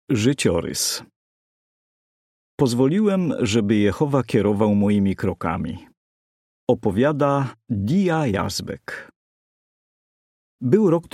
Życiorys. Pozwoliłem, żeby Jehowa kierował moimi krokami. Opowiada Dia Yazbek. Był rok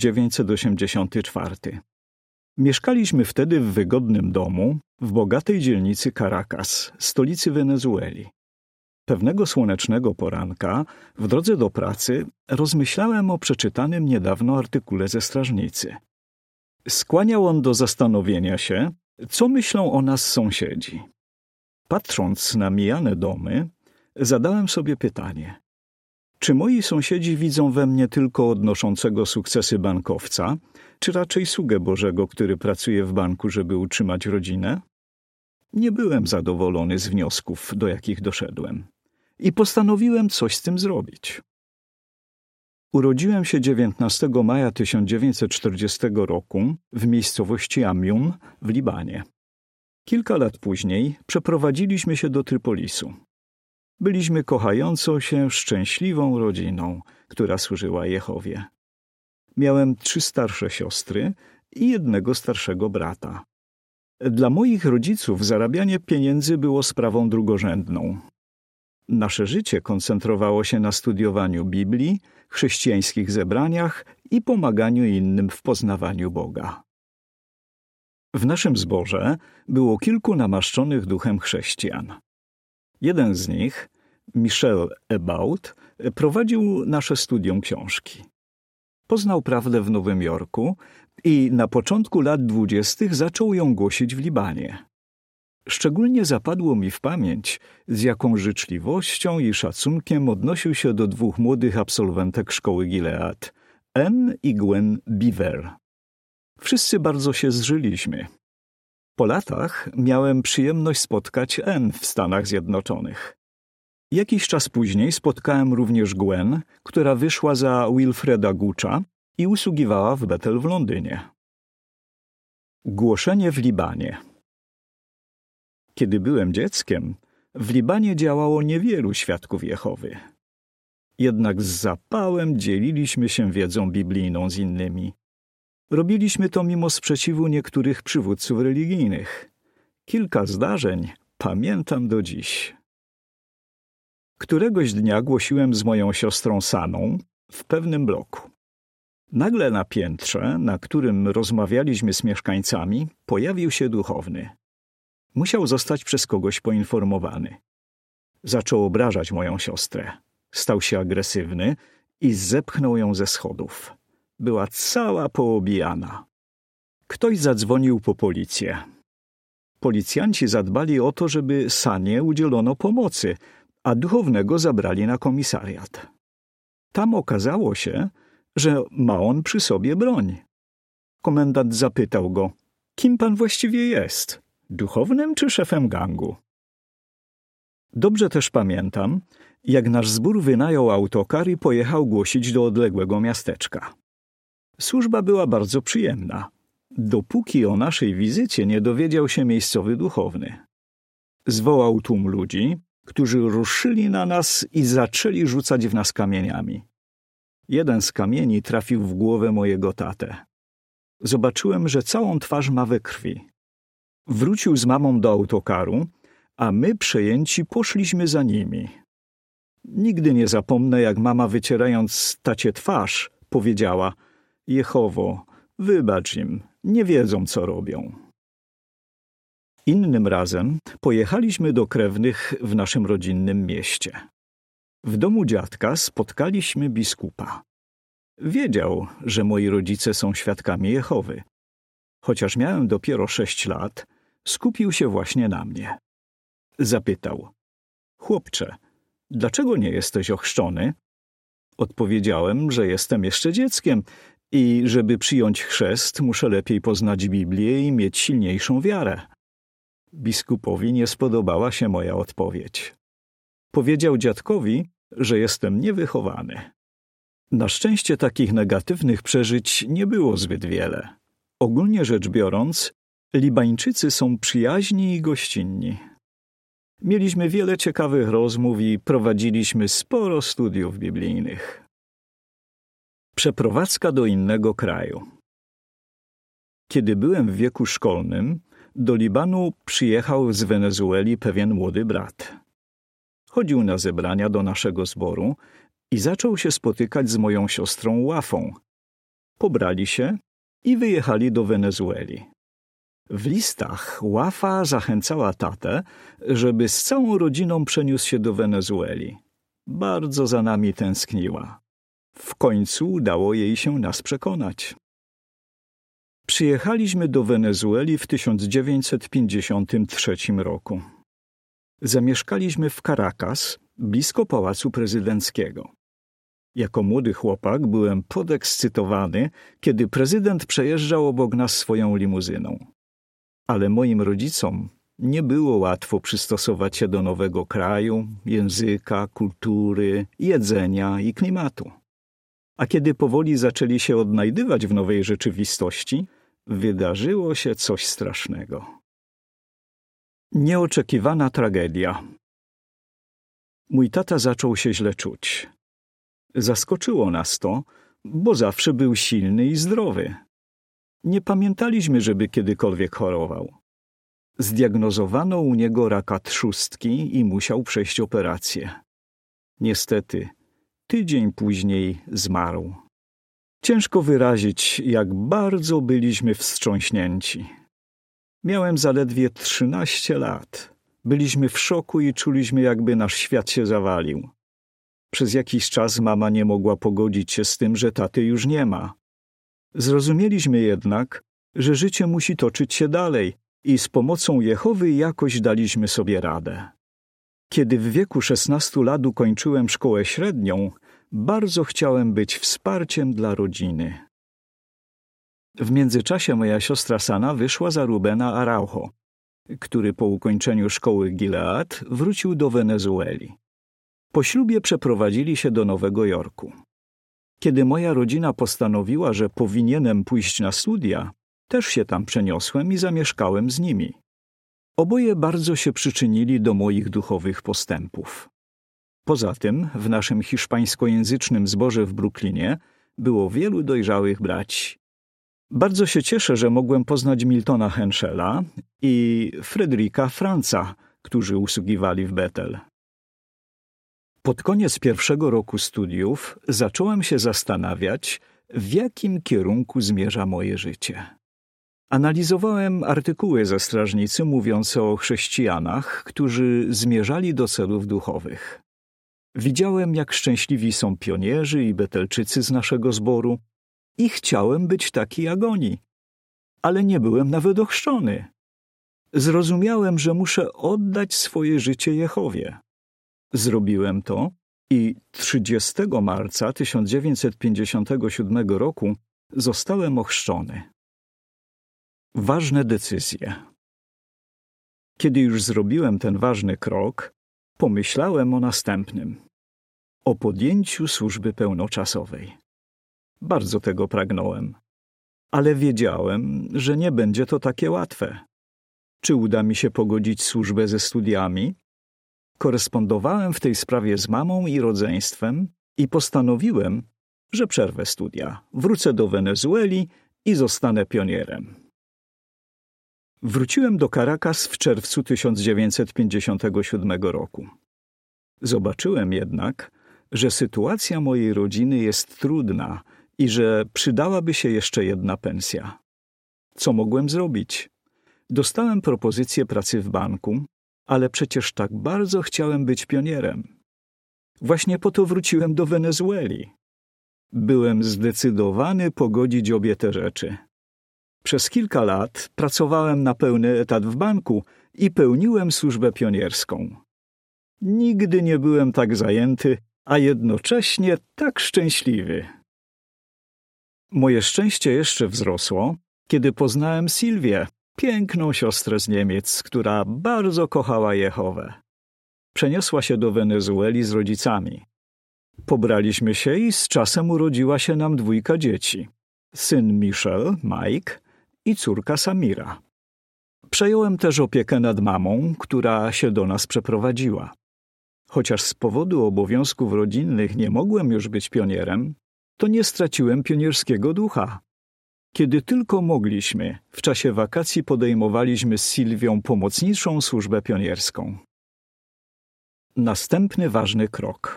1984. Mieszkaliśmy wtedy w wygodnym domu w bogatej dzielnicy Caracas, stolicy Wenezueli. Pewnego słonecznego poranka, w drodze do pracy, rozmyślałem o przeczytanym niedawno artykule ze strażnicy. Skłaniał on do zastanowienia się, co myślą o nas sąsiedzi. Patrząc na mijane domy, zadałem sobie pytanie: czy moi sąsiedzi widzą we mnie tylko odnoszącego sukcesy bankowca, czy raczej sługę Bożego, który pracuje w banku, żeby utrzymać rodzinę? Nie byłem zadowolony z wniosków, do jakich doszedłem, i postanowiłem coś z tym zrobić. Urodziłem się 19 maja 1940 roku w miejscowości Amiun w Libanie. Kilka lat później przeprowadziliśmy się do Trypolisu. Byliśmy kochającą się, szczęśliwą rodziną, która służyła Jehowie. Miałem 3 starsze siostry i jednego starszego brata. Dla moich rodziców zarabianie pieniędzy było sprawą drugorzędną. Nasze życie koncentrowało się na studiowaniu Biblii, chrześcijańskich zebraniach i pomaganiu innym w poznawaniu Boga. W naszym zborze było kilku namaszczonych duchem chrześcijan. Jeden z nich, Michel Ebaut, prowadził nasze studium książki. Poznał prawdę w Nowym Jorku i na początku lat 20. zaczął ją głosić w Libanie. Szczególnie zapadło mi w pamięć, z jaką życzliwością i szacunkiem odnosił się do 2 młodych absolwentek szkoły Gilead, Anne i Gwen Beaver. Wszyscy bardzo się zżyliśmy. Po latach miałem przyjemność spotkać Anne w Stanach Zjednoczonych. Jakiś czas później spotkałem również Gwen, która wyszła za Wilfreda Gucza i usługiwała w Bethel w Londynie. Głoszenie w Libanie. Kiedy byłem dzieckiem, w Libanie działało niewielu świadków Jehowy. Jednak z zapałem dzieliliśmy się wiedzą biblijną z innymi. Robiliśmy to mimo sprzeciwu niektórych przywódców religijnych. Kilka zdarzeń pamiętam do dziś. Któregoś dnia głosiłem z moją siostrą Saną w pewnym bloku. Nagle na piętrze, na którym rozmawialiśmy z mieszkańcami, pojawił się duchowny. Musiał zostać przez kogoś poinformowany. Zaczął obrażać moją siostrę. Stał się agresywny i zepchnął ją ze schodów. Była cała poobijana. Ktoś zadzwonił po policję. Policjanci zadbali o to, żeby Sanie udzielono pomocy, a duchownego zabrali na komisariat. Tam okazało się, że ma on przy sobie broń. Komendant zapytał go: kim pan właściwie jest? Duchownym czy szefem gangu? Dobrze też pamiętam, jak nasz zbór wynajął autokar i pojechał głosić do odległego miasteczka. Służba była bardzo przyjemna, dopóki o naszej wizycie nie dowiedział się miejscowy duchowny. Zwołał tłum ludzi, którzy ruszyli na nas i zaczęli rzucać w nas kamieniami. Jeden z kamieni trafił w głowę mojego tatę. Zobaczyłem, że całą twarz ma we krwi. Wrócił z mamą do autokaru, a my przejęci poszliśmy za nimi. Nigdy nie zapomnę, jak mama, wycierając tacie twarz, powiedziała: Jehowo, wybacz im, nie wiedzą, co robią. Innym razem pojechaliśmy do krewnych w naszym rodzinnym mieście. W domu dziadka spotkaliśmy biskupa. Wiedział, że moi rodzice są świadkami Jehowy. Chociaż miałem dopiero 6 lat, skupił się właśnie na mnie. Zapytał: chłopcze, dlaczego nie jesteś ochrzczony? Odpowiedziałem, że jestem jeszcze dzieckiem i żeby przyjąć chrzest, muszę lepiej poznać Biblię i mieć silniejszą wiarę. Biskupowi nie spodobała się moja odpowiedź. Powiedział dziadkowi, że jestem niewychowany. Na szczęście takich negatywnych przeżyć nie było zbyt wiele. Ogólnie rzecz biorąc, Libańczycy są przyjaźni i gościnni. Mieliśmy wiele ciekawych rozmów i prowadziliśmy sporo studiów biblijnych. Przeprowadzka do innego kraju. Kiedy byłem w wieku szkolnym, do Libanu przyjechał z Wenezueli pewien młody brat. Chodził na zebrania do naszego zboru i zaczął się spotykać z moją siostrą Łafą. Pobrali się i wyjechali do Wenezueli. W listach Łafa zachęcała tatę, żeby z całą rodziną przeniósł się do Wenezueli. Bardzo za nami tęskniła. W końcu udało jej się nas przekonać. Przyjechaliśmy do Wenezueli w 1953 roku. Zamieszkaliśmy w Caracas, blisko Pałacu Prezydenckiego. Jako młody chłopak byłem podekscytowany, kiedy prezydent przejeżdżał obok nas swoją limuzyną. Ale moim rodzicom nie było łatwo przystosować się do nowego kraju, języka, kultury, jedzenia i klimatu. A kiedy powoli zaczęli się odnajdywać w nowej rzeczywistości, wydarzyło się coś strasznego. Nieoczekiwana tragedia. Mój tata zaczął się źle czuć. Zaskoczyło nas to, bo zawsze był silny i zdrowy. Nie pamiętaliśmy, żeby kiedykolwiek chorował. Zdiagnozowano u niego raka trzustki i musiał przejść operację. Niestety, tydzień później zmarł. Ciężko wyrazić, jak bardzo byliśmy wstrząśnięci. Miałem zaledwie 13 lat. Byliśmy w szoku i czuliśmy, jakby nasz świat się zawalił. Przez jakiś czas mama nie mogła pogodzić się z tym, że taty już nie ma. Zrozumieliśmy jednak, że życie musi toczyć się dalej i z pomocą Jehowy jakoś daliśmy sobie radę. Kiedy w wieku 16 lat ukończyłem szkołę średnią, bardzo chciałem być wsparciem dla rodziny. W międzyczasie moja siostra Sana wyszła za Rubena Araujo, który po ukończeniu szkoły Gilead wrócił do Wenezueli. Po ślubie przeprowadzili się do Nowego Jorku. Kiedy moja rodzina postanowiła, że powinienem pójść na studia, też się tam przeniosłem i zamieszkałem z nimi. Oboje bardzo się przyczynili do moich duchowych postępów. Poza tym w naszym hiszpańskojęzycznym zborze w Brooklynie było wielu dojrzałych braci. Bardzo się cieszę, że mogłem poznać Miltona Henschela i Fryderyka Franza, którzy usługiwali w Bethel. Pod koniec pierwszego roku studiów zacząłem się zastanawiać, w jakim kierunku zmierza moje życie. Analizowałem artykuły ze strażnicy mówiące o chrześcijanach, którzy zmierzali do celów duchowych. Widziałem, jak szczęśliwi są pionierzy i Betelczycy z naszego zboru i chciałem być taki jak oni. Ale nie byłem nawet ochrzczony. Zrozumiałem, że muszę oddać swoje życie Jehowie. Zrobiłem to i 30 marca 1957 roku zostałem ochrzczony. Ważne decyzje. Kiedy już zrobiłem ten ważny krok, pomyślałem o następnym. O podjęciu służby pełnoczasowej. Bardzo tego pragnąłem. Ale wiedziałem, że nie będzie to takie łatwe. Czy uda mi się pogodzić służbę ze studiami? Korespondowałem w tej sprawie z mamą i rodzeństwem i postanowiłem, że przerwę studia, wrócę do Wenezueli i zostanę pionierem. Wróciłem do Caracas w czerwcu 1957 roku. Zobaczyłem jednak, że sytuacja mojej rodziny jest trudna i że przydałaby się jeszcze jedna pensja. Co mogłem zrobić? Dostałem propozycję pracy w banku, ale przecież tak bardzo chciałem być pionierem. Właśnie po to wróciłem do Wenezueli. Byłem zdecydowany pogodzić obie te rzeczy. Przez kilka lat pracowałem na pełny etat w banku i pełniłem służbę pionierską. Nigdy nie byłem tak zajęty, a jednocześnie tak szczęśliwy. Moje szczęście jeszcze wzrosło, kiedy poznałem Sylwię, piękną siostrę z Niemiec, która bardzo kochała Jehowę. Przeniosła się do Wenezueli z rodzicami. Pobraliśmy się i z czasem urodziła się nam 2 dzieci. Syn Michel, Mike i córka Samira. Przejąłem też opiekę nad mamą, która się do nas przeprowadziła. Chociaż z powodu obowiązków rodzinnych nie mogłem już być pionierem, to nie straciłem pionierskiego ducha. Kiedy tylko mogliśmy, w czasie wakacji podejmowaliśmy z Sylwią pomocniczą służbę pionierską. Następny ważny krok.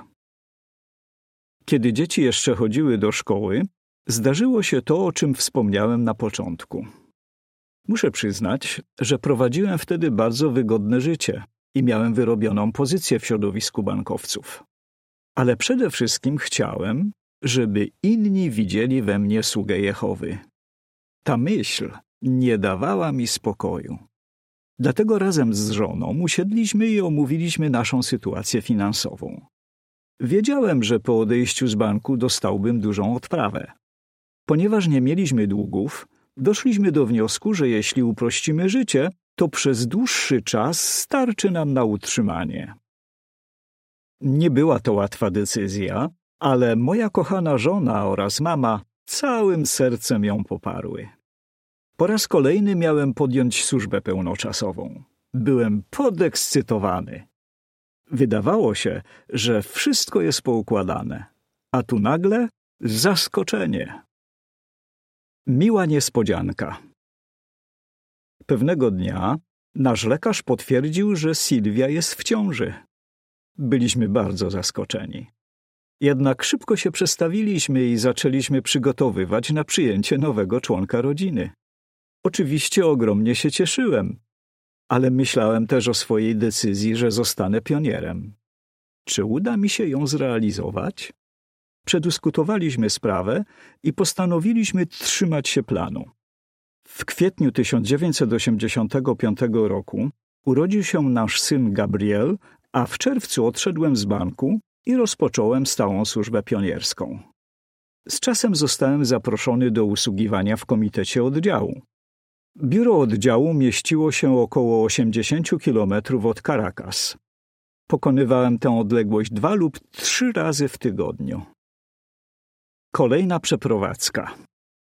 Kiedy dzieci jeszcze chodziły do szkoły, zdarzyło się to, o czym wspomniałem na początku. Muszę przyznać, że prowadziłem wtedy bardzo wygodne życie i miałem wyrobioną pozycję w środowisku bankowców. Ale przede wszystkim chciałem, żeby inni widzieli we mnie sługę Jehowy. Ta myśl nie dawała mi spokoju. Dlatego razem z żoną usiedliśmy i omówiliśmy naszą sytuację finansową. Wiedziałem, że po odejściu z banku dostałbym dużą odprawę. Ponieważ nie mieliśmy długów, doszliśmy do wniosku, że jeśli uprościmy życie, to przez dłuższy czas starczy nam na utrzymanie. Nie była to łatwa decyzja, ale moja kochana żona oraz mama całym sercem ją poparły. Po raz kolejny miałem podjąć służbę pełnoczasową. Byłem podekscytowany. Wydawało się, że wszystko jest poukładane, a tu nagle zaskoczenie. Miła niespodzianka. Pewnego dnia nasz lekarz potwierdził, że Sylwia jest w ciąży. Byliśmy bardzo zaskoczeni. Jednak szybko się przestawiliśmy i zaczęliśmy przygotowywać na przyjęcie nowego członka rodziny. Oczywiście ogromnie się cieszyłem, ale myślałem też o swojej decyzji, że zostanę pionierem. Czy uda mi się ją zrealizować? Przedyskutowaliśmy sprawę i postanowiliśmy trzymać się planu. W kwietniu 1985 roku urodził się nasz syn Gabriel, a w czerwcu odszedłem z banku i rozpocząłem stałą służbę pionierską. Z czasem zostałem zaproszony do usługiwania w komitecie oddziału. Biuro oddziału mieściło się około 80 kilometrów od Caracas. Pokonywałem tę odległość 2 lub 3 razy w tygodniu. Kolejna przeprowadzka.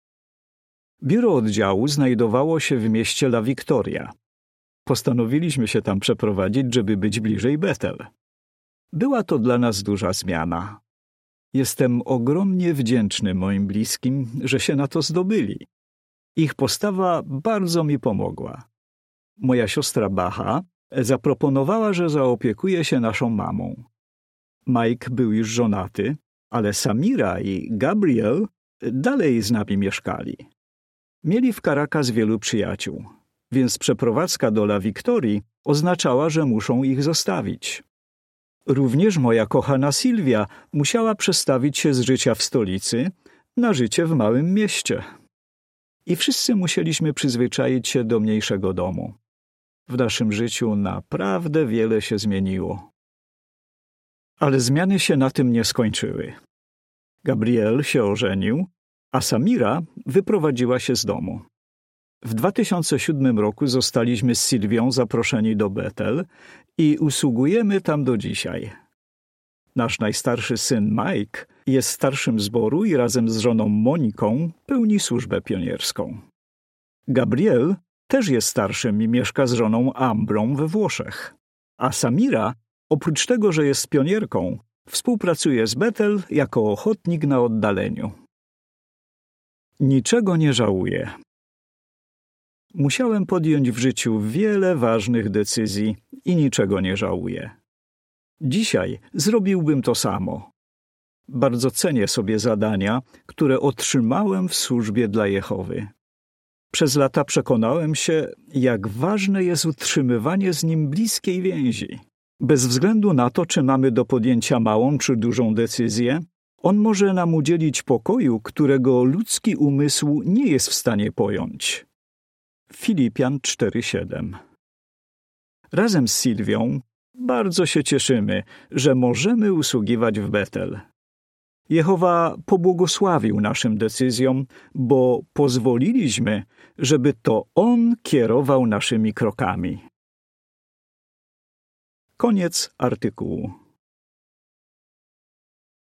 Biuro oddziału znajdowało się w mieście La Victoria. Postanowiliśmy się tam przeprowadzić, żeby być bliżej Bethel. Była to dla nas duża zmiana. Jestem ogromnie wdzięczny moim bliskim, że się na to zdobyli. Ich postawa bardzo mi pomogła. Moja siostra Bacha zaproponowała, że zaopiekuje się naszą mamą. Mike był już żonaty, ale Samira i Gabriel dalej z nami mieszkali. Mieli w Caracas wielu przyjaciół, więc przeprowadzka do La Victorii oznaczała, że muszą ich zostawić. Również moja kochana Sylwia musiała przestawić się z życia w stolicy na życie w małym mieście. I wszyscy musieliśmy przyzwyczaić się do mniejszego domu. W naszym życiu naprawdę wiele się zmieniło. Ale zmiany się na tym nie skończyły. Gabriel się ożenił, a Samira wyprowadziła się z domu. W 2007 roku zostaliśmy z Sylwią zaproszeni do Bethel i usługujemy tam do dzisiaj. Nasz najstarszy syn Mike jest starszym zboru i razem z żoną Moniką pełni służbę pionierską. Gabriel też jest starszym i mieszka z żoną Ambrą we Włoszech. A Samira, oprócz tego, że jest pionierką, współpracuje z Bethel jako ochotnik na oddaleniu. Niczego nie żałuję. Musiałem podjąć w życiu wiele ważnych decyzji i niczego nie żałuję. Dzisiaj zrobiłbym to samo. Bardzo cenię sobie zadania, które otrzymałem w służbie dla Jehowy. Przez lata przekonałem się, jak ważne jest utrzymywanie z Nim bliskiej więzi. Bez względu na to, czy mamy do podjęcia małą czy dużą decyzję, On może nam udzielić pokoju, którego ludzki umysł nie jest w stanie pojąć. Filipian 4:7. Razem z Sylwią bardzo się cieszymy, że możemy usługiwać w Bethel. Jehowa pobłogosławił naszym decyzjom, bo pozwoliliśmy, żeby to On kierował naszymi krokami. Koniec artykułu.